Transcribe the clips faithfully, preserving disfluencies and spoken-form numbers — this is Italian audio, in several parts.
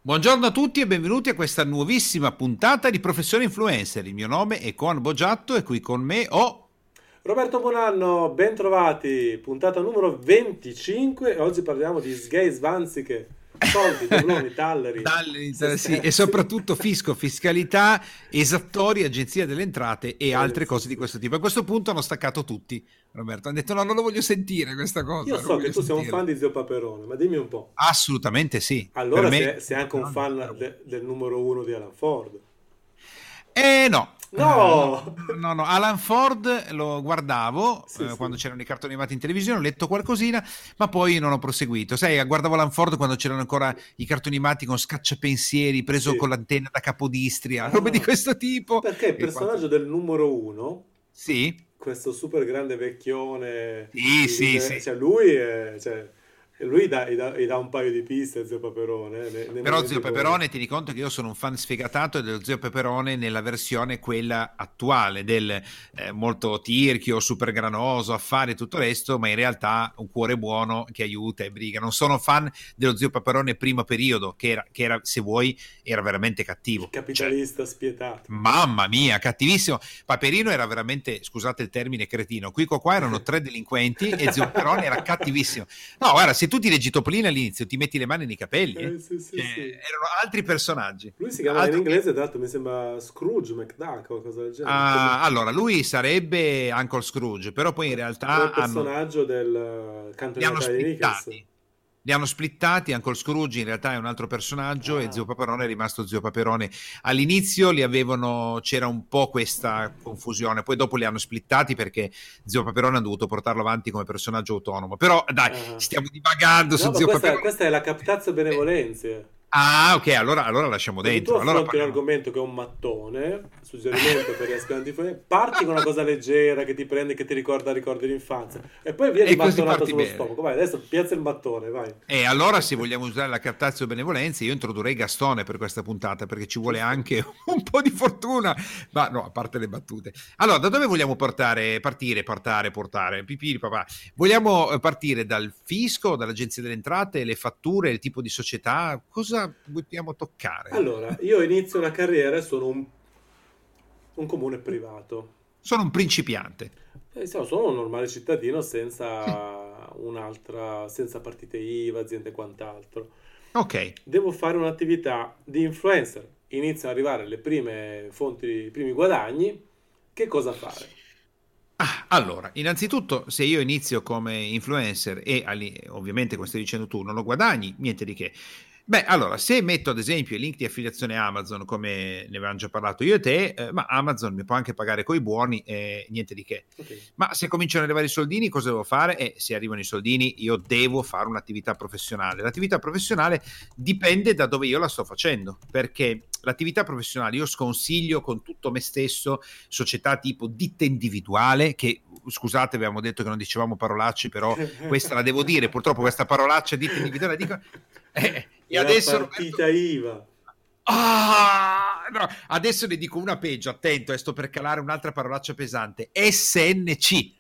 Buongiorno a tutti e benvenuti a questa nuovissima puntata di Professione Influencer. Il mio nome è Coan Boggiatto e qui con me ho... Roberto Bonanno, ben trovati, puntata numero venticinque e oggi parliamo di sgay, svanziche, soldi, dobloni, talleri, Dalle- sì, e sesterzi. soprattutto fisco, fiscalità, esattori, agenzia delle entrate e Eh, altre sì, cose di sì. questo tipo. A questo punto hanno staccato tutti, Roberto. Hanno detto no, non lo voglio sentire questa Io cosa, non lo so che voglio tu sei un fan sentire. di Zio Paperone, ma dimmi un po', Assolutamente sì. Per allora me... sei, sei anche un fan de- del numero uno di Alan Ford? Eh no, eh, no, No! no, no. Alan Ford lo guardavo Sì, eh, quando sì, c'erano i cartoni animati in televisione, ho letto qualcosina, ma poi non ho proseguito. Sai, guardavo Alan Ford quando c'erano ancora i cartoni animati con scacciapensieri, preso con sì. l'antenna da Capodistria, robe di Ah, questo tipo. perché il E quanto... personaggio del numero uno, Sì, questo super grande vecchione, sì, sì, ride- sì. cioè lui, è, cioè, lui dà, gli dà, gli dà un paio di piste, Zio Paperone, eh, nei, nei Però momenti Zio buoni. Peperone, tieni conto che io sono un fan sfegatato dello Zio Peperone nella versione quella attuale, del eh, molto tirchio, super granoso, affari e tutto il resto, ma in realtà un cuore buono che aiuta e briga. Non sono fan dello Zio Peperone primo periodo, che era, che era se vuoi, era veramente Il cattivo. Cioè, capitalista spietato. mamma mia, cattivissimo. Paperino era veramente, scusate il termine, cretino. Qui qua erano tre delinquenti e Zio Peperone era cattivissimo. No, guarda, se tu ti leggi Topolino all'inizio, ti metti le mani nei capelli, eh? Eh, sì, sì, Cioè, sì. erano altri personaggi. Lui si chiama in Altro che... inglese, tra l'altro mi sembra Scrooge McDuck o qualcosa del genere. Come, Ah, allora, lui sarebbe Uncle Scrooge, però poi in come il realtà hanno, personaggio del uh, canto li di hanno Natale di Nichols. splittati. Li hanno splittati, Uncle Scrooge in realtà è un altro personaggio e Zio Ah, Paperone è rimasto Zio Paperone. All'inizio li avevano, c'era un po' questa confusione, poi dopo li hanno splittati perché Zio Paperone ha dovuto portarlo avanti come personaggio autonomo. Però dai, ah. stiamo divagando No, su ma Zio questa, Paperone. questa è la captazio Eh, benevolenze. Ah, ok, allora, allora lasciamo Perché tu dentro. Allora affronti un parliamo. argomento che è un mattone, suggerimento per gli aspiranti influencer, parti con una cosa leggera che ti prende, che ti ricorda ricordi l'infanzia, e poi vieni E così battonato parti sullo bene. stomaco. Vai, adesso piazza il mattone, vai. E allora, se vogliamo usare la captazio benevolenza, io introdurrei Gastone per questa puntata, perché ci vuole Giusto? anche un po' di fortuna. Ma no, a parte le battute. Allora, da dove vogliamo portare, partire, portare, portare? Pipì, papà. Vogliamo eh, partire dal fisco, dall'agenzia delle entrate, le fatture, il tipo di società? Cosa vogliamo toccare? Allora, io inizio una carriera e sono un, un comune privato. Sono un principiante. Eh, sì, no, sono un normale cittadino senza un'altra, senza partite I V A, aziende e quant'altro. Ok. Devo fare un'attività di influencer. Iniziano ad arrivare le prime fonti, i primi guadagni. Che cosa fare? Ah, allora, innanzitutto, se io inizio come influencer e ali- ovviamente, come stai dicendo tu, non lo guadagni, niente di che. Beh, allora, se metto ad esempio i link di affiliazione Amazon, come ne avevamo già parlato io e te, eh, ma Amazon mi può anche pagare coi buoni e niente di che. Ok. Ma se cominciano ad arrivare i soldini, cosa devo fare? E se arrivano i soldini, io devo fare un'attività professionale. L'attività professionale dipende da dove io la sto facendo, perché l'attività professionale io sconsiglio con tutto me stesso società tipo ditta individuale, che scusate, avevamo detto che non dicevamo parolacce, però questa la devo dire, purtroppo questa parolaccia ditta individuale, dico... Eh, e La adesso Roberto... partita I V A. Ah, no, adesso ne dico una peggio, attento, eh, sto per calare un'altra parolaccia pesante, S N C.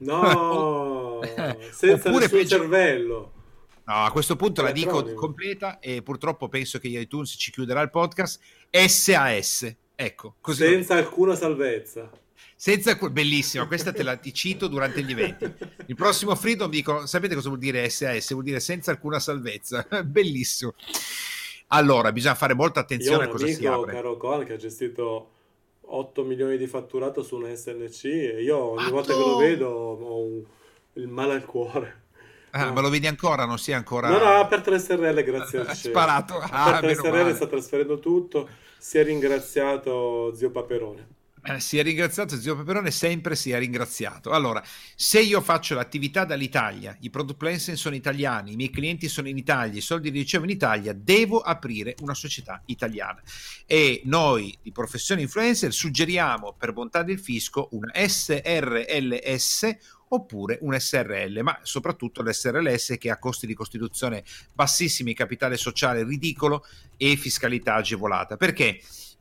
No, senza Oppure nessun peggio... cervello. No, a questo punto È la dico l'acronimo. completa e purtroppo penso che iTunes ci chiuderà il podcast. S A S, ecco, così lo Senza dico. alcuna salvezza. Senza... Bellissima, questa te la ti cito durante gli eventi. Il prossimo Freedom dico, sapete cosa vuol dire S A S? Vuol dire senza alcuna salvezza. Bellissimo. Allora, bisogna fare molta Io ho attenzione un a cosa si amico, apre. caro Coan, che ha gestito otto milioni di fatturato su una S N C e io ogni volta che lo Vado! vedo ho un- il male al cuore. Ah, ma No, lo vedi ancora? Non si è no, no, ha ancora aperto l'S R L, grazie al cielo. sparato? Ha Ah, aperto meno l'S R L, male. sta trasferendo tutto. Si è ringraziato zio Paperone. Eh, si è ringraziato Zio Peperone, sempre si è ringraziato. Allora, se io faccio l'attività dall'Italia, i product placement sono italiani, i miei clienti sono in Italia, i soldi li ricevo in Italia, devo aprire una società italiana. E noi di Professione Influencer suggeriamo, per bontà del fisco, una S R L S oppure un S R L, ma soprattutto l'S R L S che ha costi di costituzione bassissimi, capitale sociale ridicolo e fiscalità agevolata. Perché?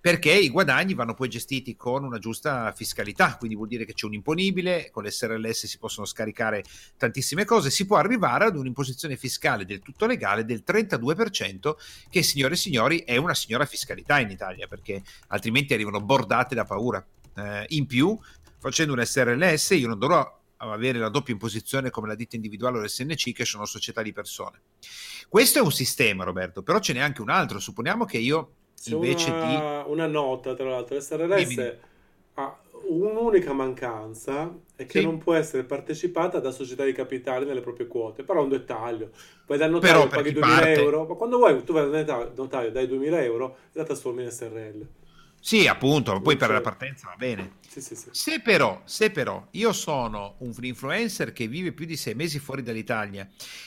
perché i guadagni vanno poi gestiti con una giusta fiscalità, quindi vuol dire che c'è un imponibile, con l'S R L S si possono scaricare tantissime cose, si può arrivare ad un'imposizione fiscale del tutto legale del trentadue per cento, che, signore e signori, è una signora fiscalità in Italia, perché altrimenti arrivano bordate da paura. Eh, in più, facendo un S R L S, io non dovrò avere la doppia imposizione come la ditta individuale o l'S N C, che sono società di persone. Questo è un sistema, Roberto, però ce n'è anche un altro. Supponiamo che io C'è invece di... una, una nota, tra l'altro, Dimmi, l'S R L S dimmi. ha un'unica mancanza, è che non Sì, può essere partecipata da società di capitali nelle proprie quote, però è un dettaglio. Vai dal però notaio, per paghi chi duemila parte... euro, ma quando vuoi tu vai dal nota- notaio, dai duemila euro e la trasformi in S R L. Sì, appunto, poi Non per la c'è... partenza va bene. Sì, sì, sì. Se però, se però io sono un influencer che vive più di sei mesi fuori dall'Italia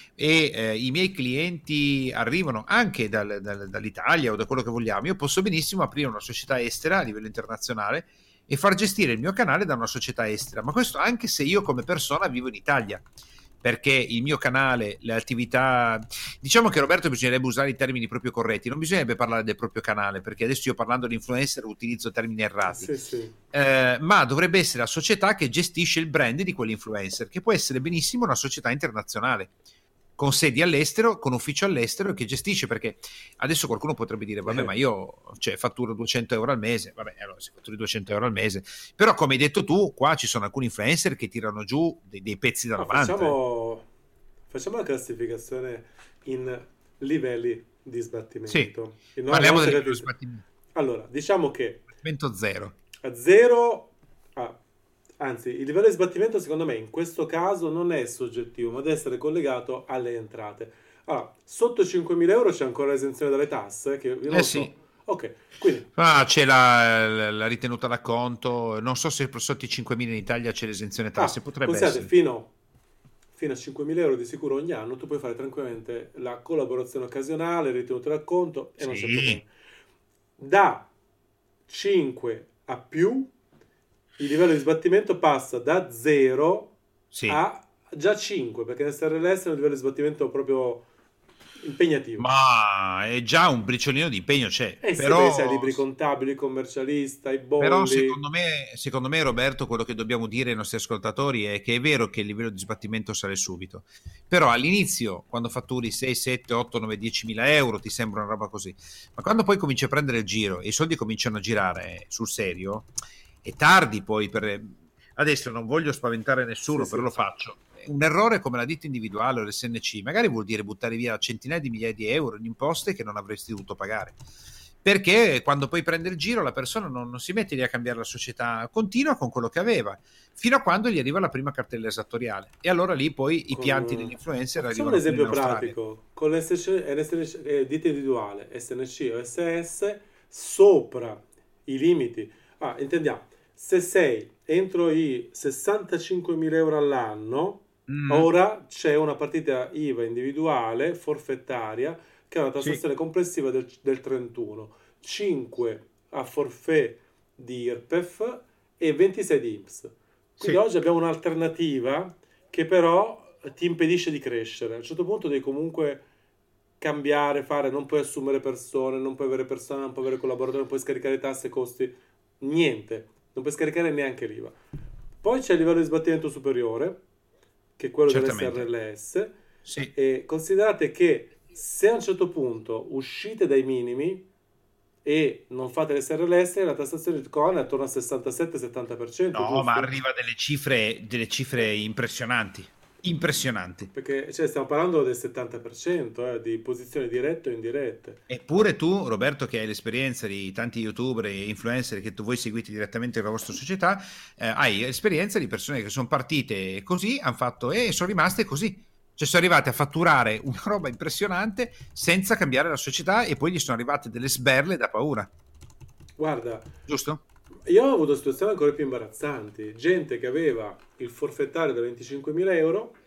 e eh, i miei clienti arrivano anche dal- dal- dall'Italia o da quello che vogliamo, io posso benissimo aprire una società estera a livello internazionale e far gestire il mio canale da una società estera, ma questo anche se io come persona vivo in Italia, perché il mio canale, le attività, diciamo che, Roberto, bisognerebbe usare i termini proprio corretti, non bisognerebbe parlare del proprio canale, perché adesso io, parlando di influencer, utilizzo termini errati. Sì, sì. Eh, ma dovrebbe essere la società che gestisce il brand di quell'influencer, che può essere benissimo una società internazionale con sedi all'estero, con ufficio all'estero, che gestisce, perché adesso qualcuno potrebbe dire vabbè, ma io, cioè, fatturo duecento euro al mese. Vabbè, allora se fatturi duecento euro al mese, però come hai detto tu, qua ci sono alcuni influencer che tirano giù dei, dei pezzi da No, novanta, eh. facciamo, facciamo la classificazione in livelli di Sì, sbattimento. Il no- la parliamo del nostra livello di classific- sbattimento. Allora, diciamo che Sbattimento zero. a zero, ah, anzi, il livello di sbattimento secondo me in questo caso non è soggettivo, ma deve essere collegato alle entrate. Allora, sotto cinquemila euro c'è ancora l'esenzione dalle tasse, che io non Eh lo sì. so. Ok, quindi Ah, c'è la, la- la ritenuta d'acconto, non so se sotto i cinquemila in Italia c'è l'esenzione ah, tasse, potrebbe considerate essere. fino, fino a cinquemila euro di sicuro ogni anno tu puoi fare tranquillamente la collaborazione occasionale, ritenuta d'acconto e non c'è problema. Sì, Da cinque a più il livello di sbattimento passa da zero sì. a già cinque, perché nel S R L S è un livello di sbattimento proprio impegnativo. Ma è già un briciolino di impegno c'è, E se vedi, sai, però, libri contabili, il commercialista, i però bolli. secondo me, secondo me, Roberto, quello che dobbiamo dire ai nostri ascoltatori è che è vero che il livello di sbattimento sale subito, però all'inizio, quando fatturi sei, sette, otto, nove, dieci mila euro, ti sembra una roba così, ma quando poi cominci a prendere il giro e i soldi cominciano a girare sul serio, è tardi poi per... Adesso non voglio spaventare Sì, nessuno, però sì. lo faccio. Un errore come la ditta individuale o l'S N C magari vuol dire buttare via centinaia di migliaia di euro in imposte che non avresti dovuto pagare, perché quando poi prende il giro la persona non, non si mette lì a cambiare la società, continua con quello che aveva fino a quando gli arriva la prima cartella esattoriale, e allora lì poi i Con, pianti eh, ma dell'influencer facciamo un arrivano fino in esempio Australia. pratico. Con l'S C, N S C, eh, ditta individuale, S N C o S S, sopra i limiti. Ah, intendiamo, se sei entro i sessantacinquemila euro all'anno, Mm, ora c'è una partita I V A individuale, forfettaria, che ha una sì, tassazione complessiva del, del trentuno, cinque a forfait di I R P E F e ventisei di I N P S. Quindi sì. oggi abbiamo un'alternativa che però ti impedisce di crescere. A un certo punto devi comunque cambiare, fare, non puoi assumere persone, non puoi avere persone, non puoi avere collaboratori, non puoi scaricare tasse, costi, niente, non puoi scaricare neanche l'I V A. Poi c'è il livello di sbattimento superiore, che è quello Certamente. dell'S R L S, Sì. e considerate che se a un certo punto uscite dai minimi e non fate l'S R L S, la tassazione di Bitcoin è attorno al sessantasette settanta per cento, No, ma giusto? arriva delle cifre, delle cifre impressionanti, impressionanti. Perché cioè, stiamo parlando del settanta per cento eh, di posizioni dirette o indirette. Eppure tu, Roberto, che hai l'esperienza di tanti youtuber e influencer che tu voi seguite direttamente nella vostra società, eh, hai esperienza di persone che sono partite così, hanno fatto e sono rimaste così. Cioè sono arrivate a fatturare una roba impressionante senza cambiare la società, e poi gli sono arrivate delle sberle da paura, Guarda, giusto? io ho avuto situazioni ancora più imbarazzanti. Gente che aveva il forfettario da venticinquemila euro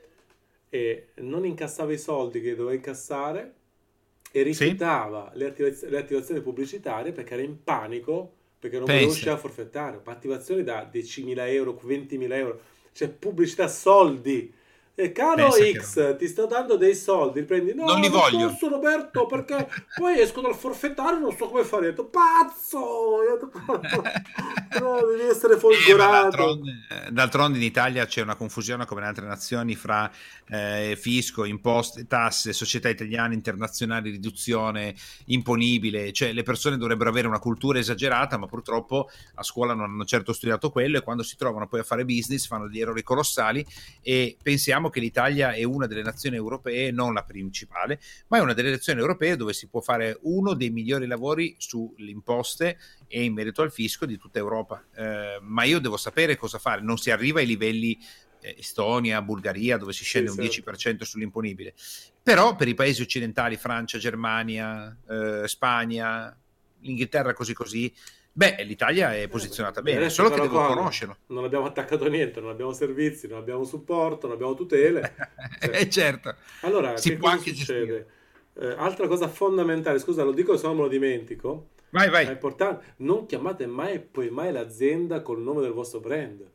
e non incassava i soldi che doveva incassare e Sì? rifiutava le, attivaz- le attivazioni pubblicitarie perché era in panico perché non voleva Pensa. uscire a forfettario. Ma attivazioni da diecimila euro, ventimila euro, cioè pubblicità, soldi. E caro Pensa che roba. X, ti sto dando dei soldi, prendi, Non no, li non voglio. posso Roberto, perché poi esco dal forfettario e non so come fare. Ho detto, pazzo! Io ho detto, no, devi essere Eh, ma folgorato. d'altronde, eh, d'altronde in Italia c'è una confusione come in altre nazioni fra eh, fisco, imposte, tasse, società italiane, internazionali, riduzione imponibile, cioè le persone dovrebbero avere una cultura esagerata, ma purtroppo a scuola non hanno certo studiato quello e quando si trovano poi a fare business fanno degli errori colossali e pensiamo che l'Italia è una delle nazioni europee, non la principale, ma è una delle nazioni europee dove si può fare uno dei migliori lavori sulle imposte e in merito al fisco di tutta Europa. Eh, ma io devo sapere cosa fare, non si arriva ai livelli eh, Estonia, Bulgaria, dove si Sì, scende un certo. dieci per cento sull'imponibile. Però per i paesi occidentali, Francia, Germania, eh, Spagna, l'Inghilterra così così, beh, l'Italia è Eh, posizionata beh, bene, adesso, solo che caro devo Con, conoscerlo. non abbiamo attaccato niente, non abbiamo servizi, non abbiamo supporto, non abbiamo tutele. Cioè, Eh, certo, allora, si che può cosa anche gestire. succede? Eh, altra cosa fondamentale, scusa, lo dico se no me lo dimentico, Vai, ma è vai. importante, non chiamate mai e poi mai l'azienda col nome del vostro brand.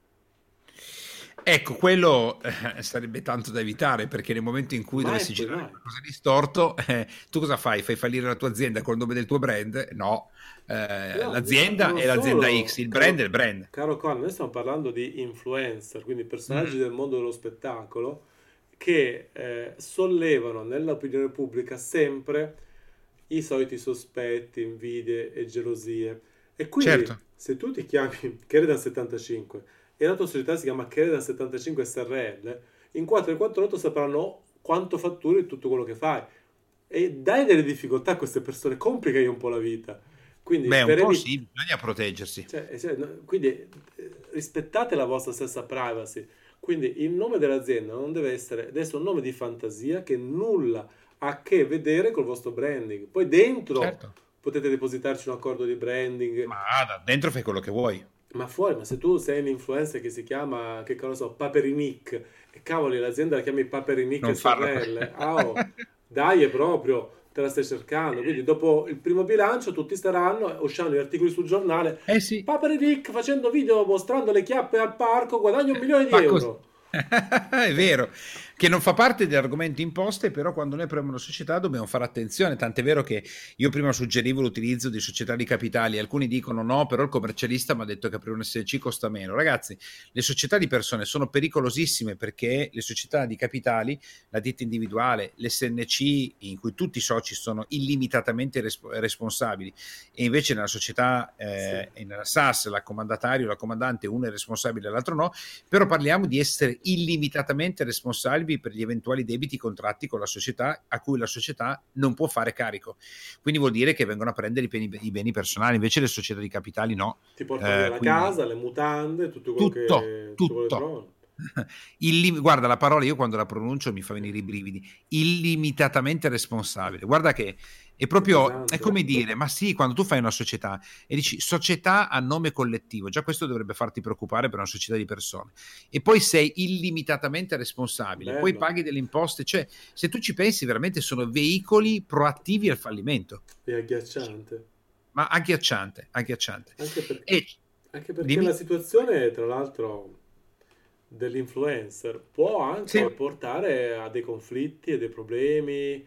Ecco, quello eh, sarebbe tanto da evitare perché nel momento in cui Mai e dovessi poi girare mai. qualcosa di storto, eh, tu cosa fai? Fai fallire la tua azienda col nome del tuo brand? No. Eh, No, ma l'azienda non è l'azienda X, solo, il brand è il caro, brand. caro Con, noi stiamo parlando di influencer, quindi personaggi Mm, del mondo dello spettacolo che eh, sollevano nell'opinione pubblica sempre i soliti sospetti, invidie e gelosie. E quindi, certo, se tu ti chiami Keredan settantacinque e la tua società si chiama Keredan settantacinque S R L, in quattro quattro otto sapranno quanto fatturi e tutto quello che fai. E dai delle difficoltà a queste persone, complicagli un po' la vita. Quindi, beh, un per po' evitare sì, bisogna proteggersi. cioè, cioè, no, quindi eh, rispettate la vostra stessa privacy. Quindi il nome dell'azienda non deve essere, deve essere un nome di fantasia che nulla ha a che vedere col vostro branding. Poi dentro Certo, potete depositarci un accordo di branding, ma da dentro fai quello che vuoi. ma fuori, ma se tu sei un influencer che si chiama, che cosa so, Paperinic, e cavoli, l'azienda la chiami Paperinic Non farlo. S R L, ah, oh, dai, è proprio, te la stai cercando. Quindi dopo il primo bilancio tutti staranno, usciranno gli articoli sul giornale, Eh sì. Paperinic facendo video mostrando le chiappe al parco, guadagna un milione di Ma così. euro. È vero, che non fa parte degli argomenti imposte, però quando noi apriamo una società dobbiamo fare attenzione, tant'è vero che io prima suggerivo l'utilizzo di società di capitali, alcuni dicono no, però il commercialista mi ha detto che aprire un S C costa meno. Ragazzi, le società di persone sono pericolosissime perché le società di capitali, la ditta individuale, l'S N C in cui tutti i soci sono illimitatamente res- responsabili e invece nella società Sì. eh, e nella S A S l'accomandatario, la comandante, uno è responsabile e l'altro no, però parliamo di essere illimitatamente responsabili per gli eventuali debiti contratti con la società a cui la società non può fare carico. Quindi vuol dire che vengono a prendere i beni, i beni personali, invece le società di capitali no. Ti portano via Eh, la quindi casa, le mutande, tutto quello tutto, che, tutto quello che tutto. trovano. Illim- guarda la parola, io quando la pronuncio mi fa venire i brividi. Illimitatamente responsabile. Guarda che è È proprio, è pesante. come dire, ma sì, quando tu fai una società e dici società a nome collettivo, già questo dovrebbe farti preoccupare per una società di persone. E poi sei illimitatamente responsabile, poi Bello. paghi delle imposte, cioè se tu ci pensi veramente sono veicoli proattivi al fallimento. È agghiacciante. Ma agghiacciante, agghiacciante. Anche, per- E anche perché la dimmi? situazione, tra l'altro, dell'influencer può Sì, anche portare a dei conflitti e dei problemi.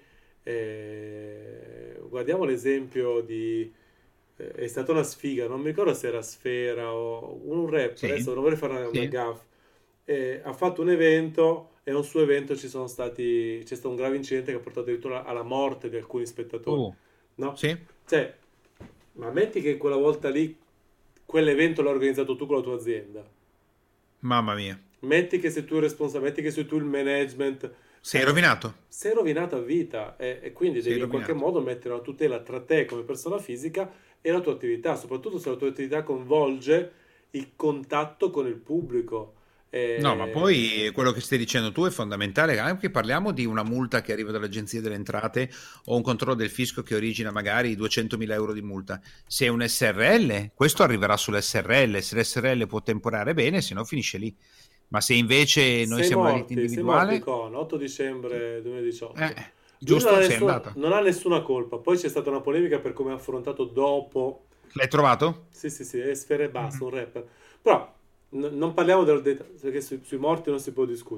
Eh, guardiamo l'esempio di... eh, è stata una sfiga, non mi ricordo se era Sfera o un rapper, sì, adesso non vorrei fare una, una sì. gaffe. Eh, ha fatto un evento e a un suo evento ci sono stati, c'è stato un grave incidente che ha portato addirittura alla morte di alcuni spettatori, Oh, no? sì, Cioè, ma metti che quella volta lì quell'evento l'hai organizzato tu con la tua azienda. mamma mia. Metti che sei tu il responsabile, metti che sei tu il management, Sei cioè rovinato, sei rovinato a vita e, e quindi sei devi in qualche rovinato. modo mettere una tutela tra te come persona fisica e la tua attività, soprattutto se la tua attività coinvolge il contatto con il pubblico. No, ma poi E... quello che stai dicendo tu è fondamentale, anche parliamo di una multa che arriva dall'Agenzia delle Entrate o un controllo del fisco che origina magari duecentomila euro di multa. Se è un S R L, questo arriverà sull'S R L, se l'S R L può temporare bene, se no finisce lì. Ma se invece noi Sei siamo la ditta morti, sei morti individuale, con otto dicembre duemiladiciotto. eh, Lui non ha, giusto, sei nessuna, andato. non ha nessuna colpa. Poi c'è stata una polemica per come ha affrontato dopo. L'hai trovato? Sì, sì, sì, è Sfera e basta, Mhm. un rapper. Però n- non parliamo del dettaglio, perché sui, sui morti non si può discutere.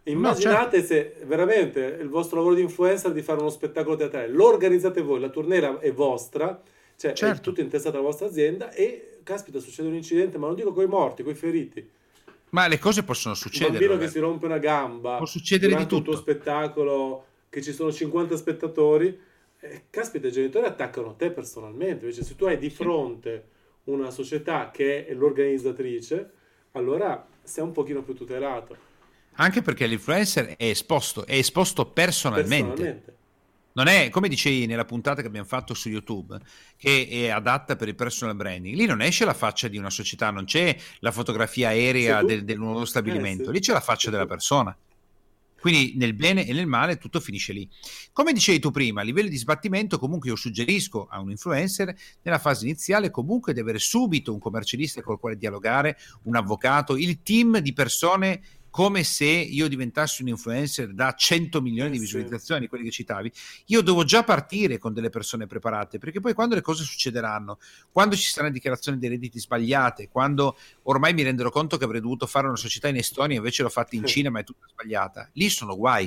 No, certo, Immaginate se veramente il vostro lavoro di influencer è di fare uno spettacolo teatrale, lo organizzate voi, la tournée è vostra, cioè è certo. tutto intestato alla vostra azienda e caspita succede un incidente, ma non dico coi morti, coi feriti. Ma le cose possono Un succedere, bambino che si Roberto. rompe una Può gamba succedere di durante un tuo tutto. spettacolo, che ci sono cinquanta spettatori, eh, caspita, i genitori attaccano te personalmente. Invece, se tu hai di Sì. fronte una società che è l'organizzatrice, allora sei un pochino più tutelato Anche perché l'influencer è esposto, è esposto personalmente. personalmente. Non è, come dicevi nella puntata che abbiamo fatto su YouTube, che è adatta per il personal branding. Lì non esce la faccia di una società, non c'è la fotografia Sei aerea tu? del, del nuovo Eh stabilimento, sì, lì c'è la faccia sei della tu. persona. Quindi nel bene e nel male tutto finisce lì. Come dicevi tu prima, a livello di sbattimento comunque io suggerisco a un influencer nella fase iniziale comunque di avere subito un commercialista col quale dialogare, un avvocato, il team di persone come se io diventassi un influencer da cento milioni Eh di sì. visualizzazioni, quelli che citavi, io devo già partire con delle persone preparate, perché poi quando le cose succederanno, quando ci saranno dichiarazioni dei redditi sbagliate, quando ormai mi renderò conto che avrei dovuto fare una società in Estonia, invece l'ho fatta in Cina, ma è tutta sbagliata. Lì sono guai.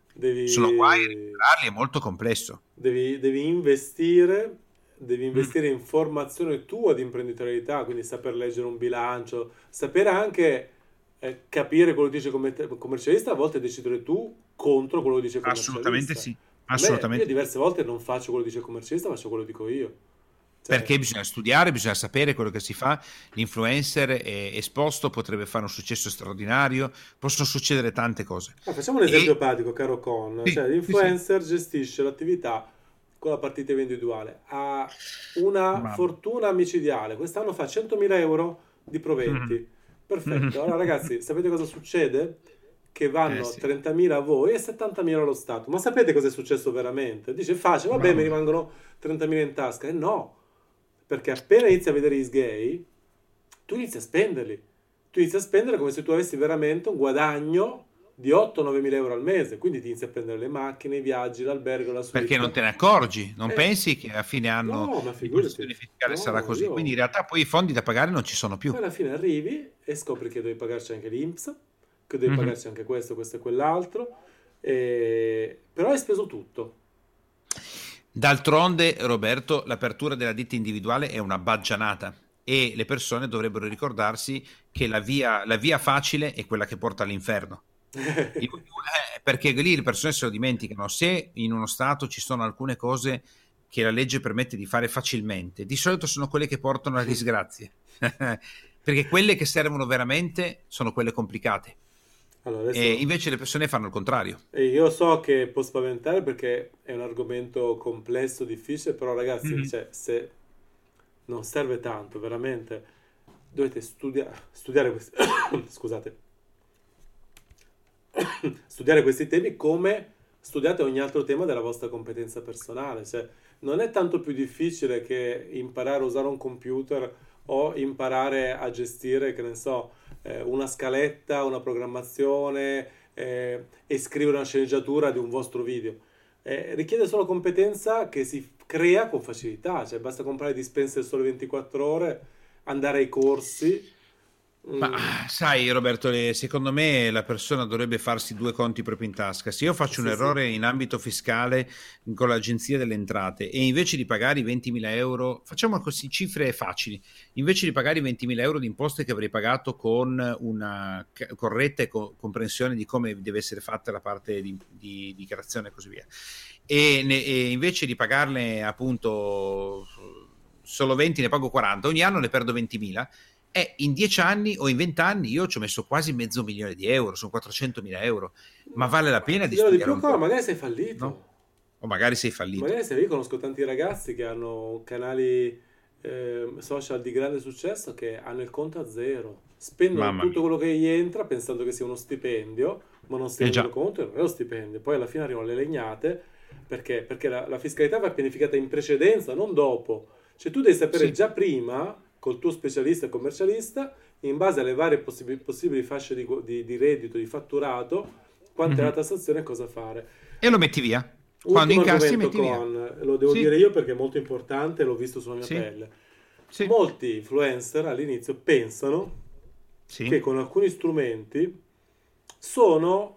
Sono guai e Devi, recuperarli è molto complesso. devi, devi investire, devi Mm. investire in formazione tua di imprenditorialità, quindi saper leggere un bilancio, sapere anche eh, capire quello che dice il commercialista, a volte decidere tu contro quello che dice il Assolutamente commercialista. sì. A me, io Assolutamente sì. diverse volte non faccio quello che dice il commercialista, faccio quello che dico io. Cioè, Perché bisogna studiare, bisogna sapere quello che si fa. L'influencer è esposto, potrebbe fare un successo straordinario, possono succedere tante cose. ah, facciamo un esempio E pratico, caro Con. sì, Cioè, sì, sì. l'influencer gestisce l'attività con la partita individuale, ha una Mamma. fortuna micidiale, quest'anno fa centomila euro di Mhm. proventi. Mhm. Perfetto. Allora, ragazzi, sapete cosa succede? Che Eh vanno sì, trentamila a voi e settantamila allo Stato. Ma sapete cosa è successo veramente? Dice, facile, vabbè, mi mamma. rimangono trentamila in tasca. E no, perché appena inizi a vedere gli sgay, tu inizi a spenderli. Tu inizi a spendere come se tu avessi veramente un guadagno di otto nove mila euro al mese. Quindi ti inizi a prendere le macchine, i viaggi, l'albergo, la Perché non suite. te ne accorgi, non Eh, pensi che a fine anno no, ma di figurati. posizione fiscale sarà No, così. Quindi in io... realtà poi i fondi da pagare non ci sono più. Poi alla fine arrivi e scopri che devi pagarci anche l'I N P S, che devi Mhm. pagarci anche questo, questo e quell'altro. E... Però hai speso tutto. D'altronde, Roberto, l'apertura della ditta individuale è una baggianata e le persone dovrebbero ricordarsi che la via, la via facile è quella che porta all'inferno. Il- eh, perché lì le persone se lo dimenticano. Se in uno Stato ci sono alcune cose che la legge permette di fare facilmente, di solito sono quelle che portano a disgrazie. Perché quelle che servono veramente sono quelle complicate. Allora, E adesso invece le persone fanno il contrario. e io so che può spaventare perché è un argomento complesso, difficile, però ragazzi, Mhm. cioè, se non serve tanto, veramente dovete studia- studiare questi... Scusate. Studiare questi temi come studiate ogni altro tema della vostra competenza personale. Cioè, non è tanto più difficile che imparare a usare un computer o imparare a gestire, che ne so, eh, una scaletta, una programmazione eh, e scrivere una sceneggiatura di un vostro video. Eh, richiede solo competenza che si crea con facilità, cioè basta comprare dispenser solo ventiquattro ore, andare ai corsi. Ma Mm, sai, Roberto, le- secondo me la persona dovrebbe farsi due conti proprio in tasca. Se io faccio un sì, sì. errore in ambito fiscale con l'Agenzia delle Entrate e invece di pagare i ventimila euro, facciamo così cifre facili, invece di pagare i ventimila euro di imposte che avrei pagato con una c- corretta e co- comprensione di come deve essere fatta la parte di, di dichiarazione e così via, e, ne- e invece di pagarne appunto solo venti, ne pago quaranta, ogni anno ne perdo ventimila. E in dieci anni o in venti anni io ci ho messo quasi mezzo milione di euro, sono quattrocentomila euro, ma vale la Ma pena ti di dirò di studiare più, un Cora, po', magari sei no? fallito. O magari sei fallito. Magari sei io conosco tanti ragazzi che hanno canali eh, social di grande successo che hanno il conto a zero, spendono Mamma tutto mia. quello che gli entra pensando che sia uno stipendio, ma non si Eh rendono già. conto che non è lo stipendio. Poi alla fine arrivano le legnate perché, perché la, la fiscalità va pianificata in precedenza, non dopo. Cioè tu devi sapere Sì. già prima, col tuo specialista e commercialista, in base alle varie possib- possibili fasce di, gu- di- di reddito, di fatturato, quanto è la Mhm. tassazione e cosa fare. E lo metti via. Quando Ultimo incassi, argomento metti via. con, lo devo Sì, dire io perché è molto importante, l'ho visto sulla mia sì, pelle. sì, Molti influencer all'inizio pensano che sì. con alcuni strumenti sono,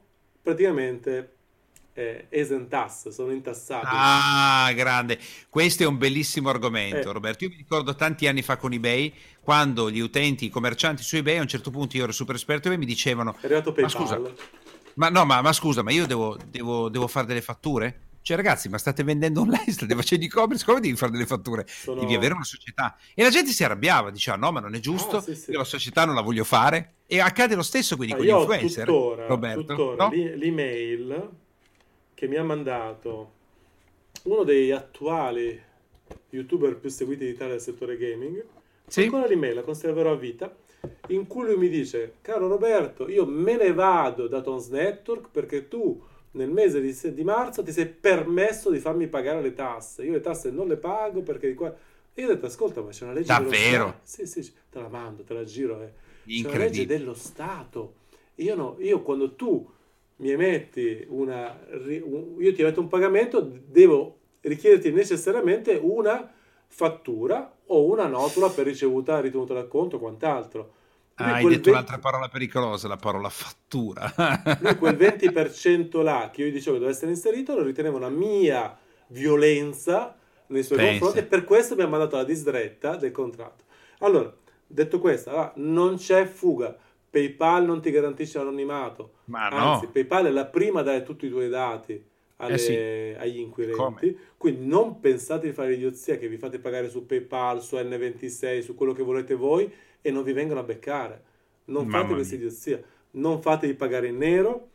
praticamente eh, esentasse, sono intassabili. Ah, grande. Questo è un bellissimo argomento, Eh, Roberto. Io mi ricordo tanti anni fa con eBay, quando gli utenti, i commercianti su eBay, a un certo punto io ero super esperto e mi dicevano, è arrivato ma scusa, PayPal. ma no, ma, ma scusa, ma io devo, devo, devo fare delle fatture? Cioè, ragazzi, ma state vendendo online, state facendo e-commerce, come devi fare delle fatture? Devi avere Sono... una società. E la gente si arrabbiava, diceva, no, ma non è Ah, giusto, sì, sì. io la società non la voglio fare. E accade lo stesso quindi Ah, con gli io ho influencer, tuttora, Roberto, tuttora no? l'e- l'email che mi ha mandato uno dei attuali youtuber più seguiti d'Italia del settore gaming. Ho Sì? ancora l'email, la conserverò a vita, in cui lui mi dice: caro Roberto, io me ne vado da Tons Network perché tu nel mese di, se- di marzo ti sei permesso di farmi pagare le tasse. Io le tasse non le pago perché di qua... E io ho detto, ascolta, ma c'è una legge dello Stato. Davvero? Sì, sì, te la mando, te la giro. eh. C'è una legge Incredibile. dello Stato. Io, no, io quando tu mi emetti una... ri- un- io ti emetto un pagamento, devo richiederti necessariamente una fattura o una notola per ricevuta, ritenuta d'acconto o quant'altro. Lui Ah, hai quel detto venti, un'altra parola pericolosa, la parola fattura. lui quel venti per cento là che io gli dicevo che doveva essere inserito lo riteneva una mia violenza nei suoi confronti e Pensa. per questo mi ha mandato la disdretta del contratto. Allora, detto questo, allora, non c'è fuga. PayPal non ti garantisce l'anonimato, Ma anzi, no. PayPal è la prima a dare tutti i tuoi dati Eh sì, alle- agli e come? inquirenti, quindi non pensate di fare l'idiozia che vi fate pagare su PayPal, su N ventisei, su quello che volete voi e non vi vengono a beccare. Non fate Mamma questa mia. idiozia, non fatevi pagare in nero,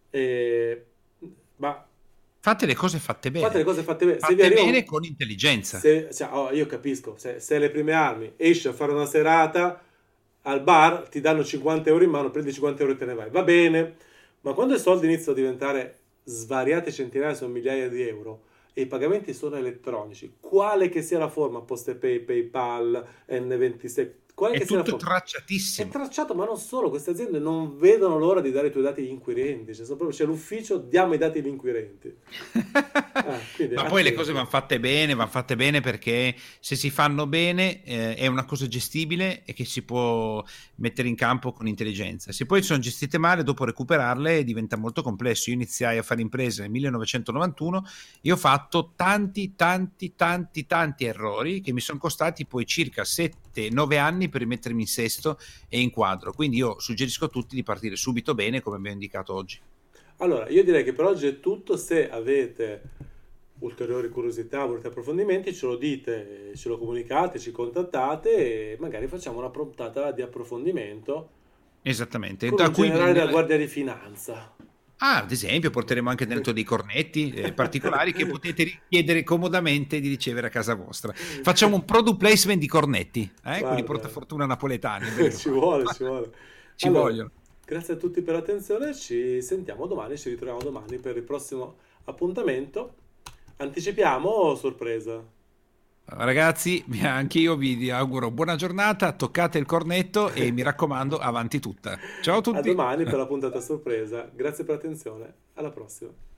eh, ma Fate le cose fatte fate le bene. cose fatte bene. Se vi Fatte arriva bene un... con intelligenza. Se, cioè, oh, io capisco, se, se le prime armi esci a fare una serata al bar, ti danno cinquanta euro in mano, prendi cinquanta euro e te ne vai. Va bene, ma quando i soldi iniziano a diventare svariate centinaia, sono migliaia di euro, e i pagamenti sono elettronici, quale che sia la forma, PostePay, PayPal, N ventisei, quale che È sia la tutto forma, è tracciatissimo. tracciato, ma non solo, queste aziende non vedono l'ora di dare i tuoi dati agli inquirenti, cioè, sono proprio- c'è l'ufficio, diamo i dati agli inquirenti. Ah, quindi Ma poi le cose attenti. vanno fatte bene, vanno fatte bene perché se si fanno bene eh, è una cosa gestibile e che si può mettere in campo con intelligenza. Se poi sono gestite male, dopo recuperarle diventa molto complesso. Io iniziai a fare imprese nel millenovecentonovantuno e ho fatto tanti, tanti, tanti, tanti errori che mi sono costati poi circa sette nove anni per rimettermi in sesto e in quadro. Quindi io suggerisco a tutti di partire subito bene, come abbiamo indicato oggi. Allora, io direi che per oggi è tutto. Se avete ulteriori curiosità, volete approfondimenti, ce lo dite, ce lo comunicate, ci contattate e magari facciamo una puntata di approfondimento Esattamente. con Da un cui generale della nel- Guardia di Finanza. Ah, ad esempio, porteremo anche dentro dei cornetti eh, particolari che potete richiedere comodamente di ricevere a casa vostra. Facciamo un product placement di cornetti, eh, con i Guarda, portafortuna napoletani, bello ci fatto. vuole, ci vuole. Ci Allora, vogliono. grazie a tutti per l'attenzione, ci sentiamo domani, ci ritroviamo domani per il prossimo appuntamento. Anticipiamo o sorpresa? Ragazzi, anche io vi auguro buona giornata, toccate il cornetto e mi raccomando, avanti tutta. Ciao a A tutti. domani per la puntata sorpresa. Grazie per l'attenzione. Alla prossima.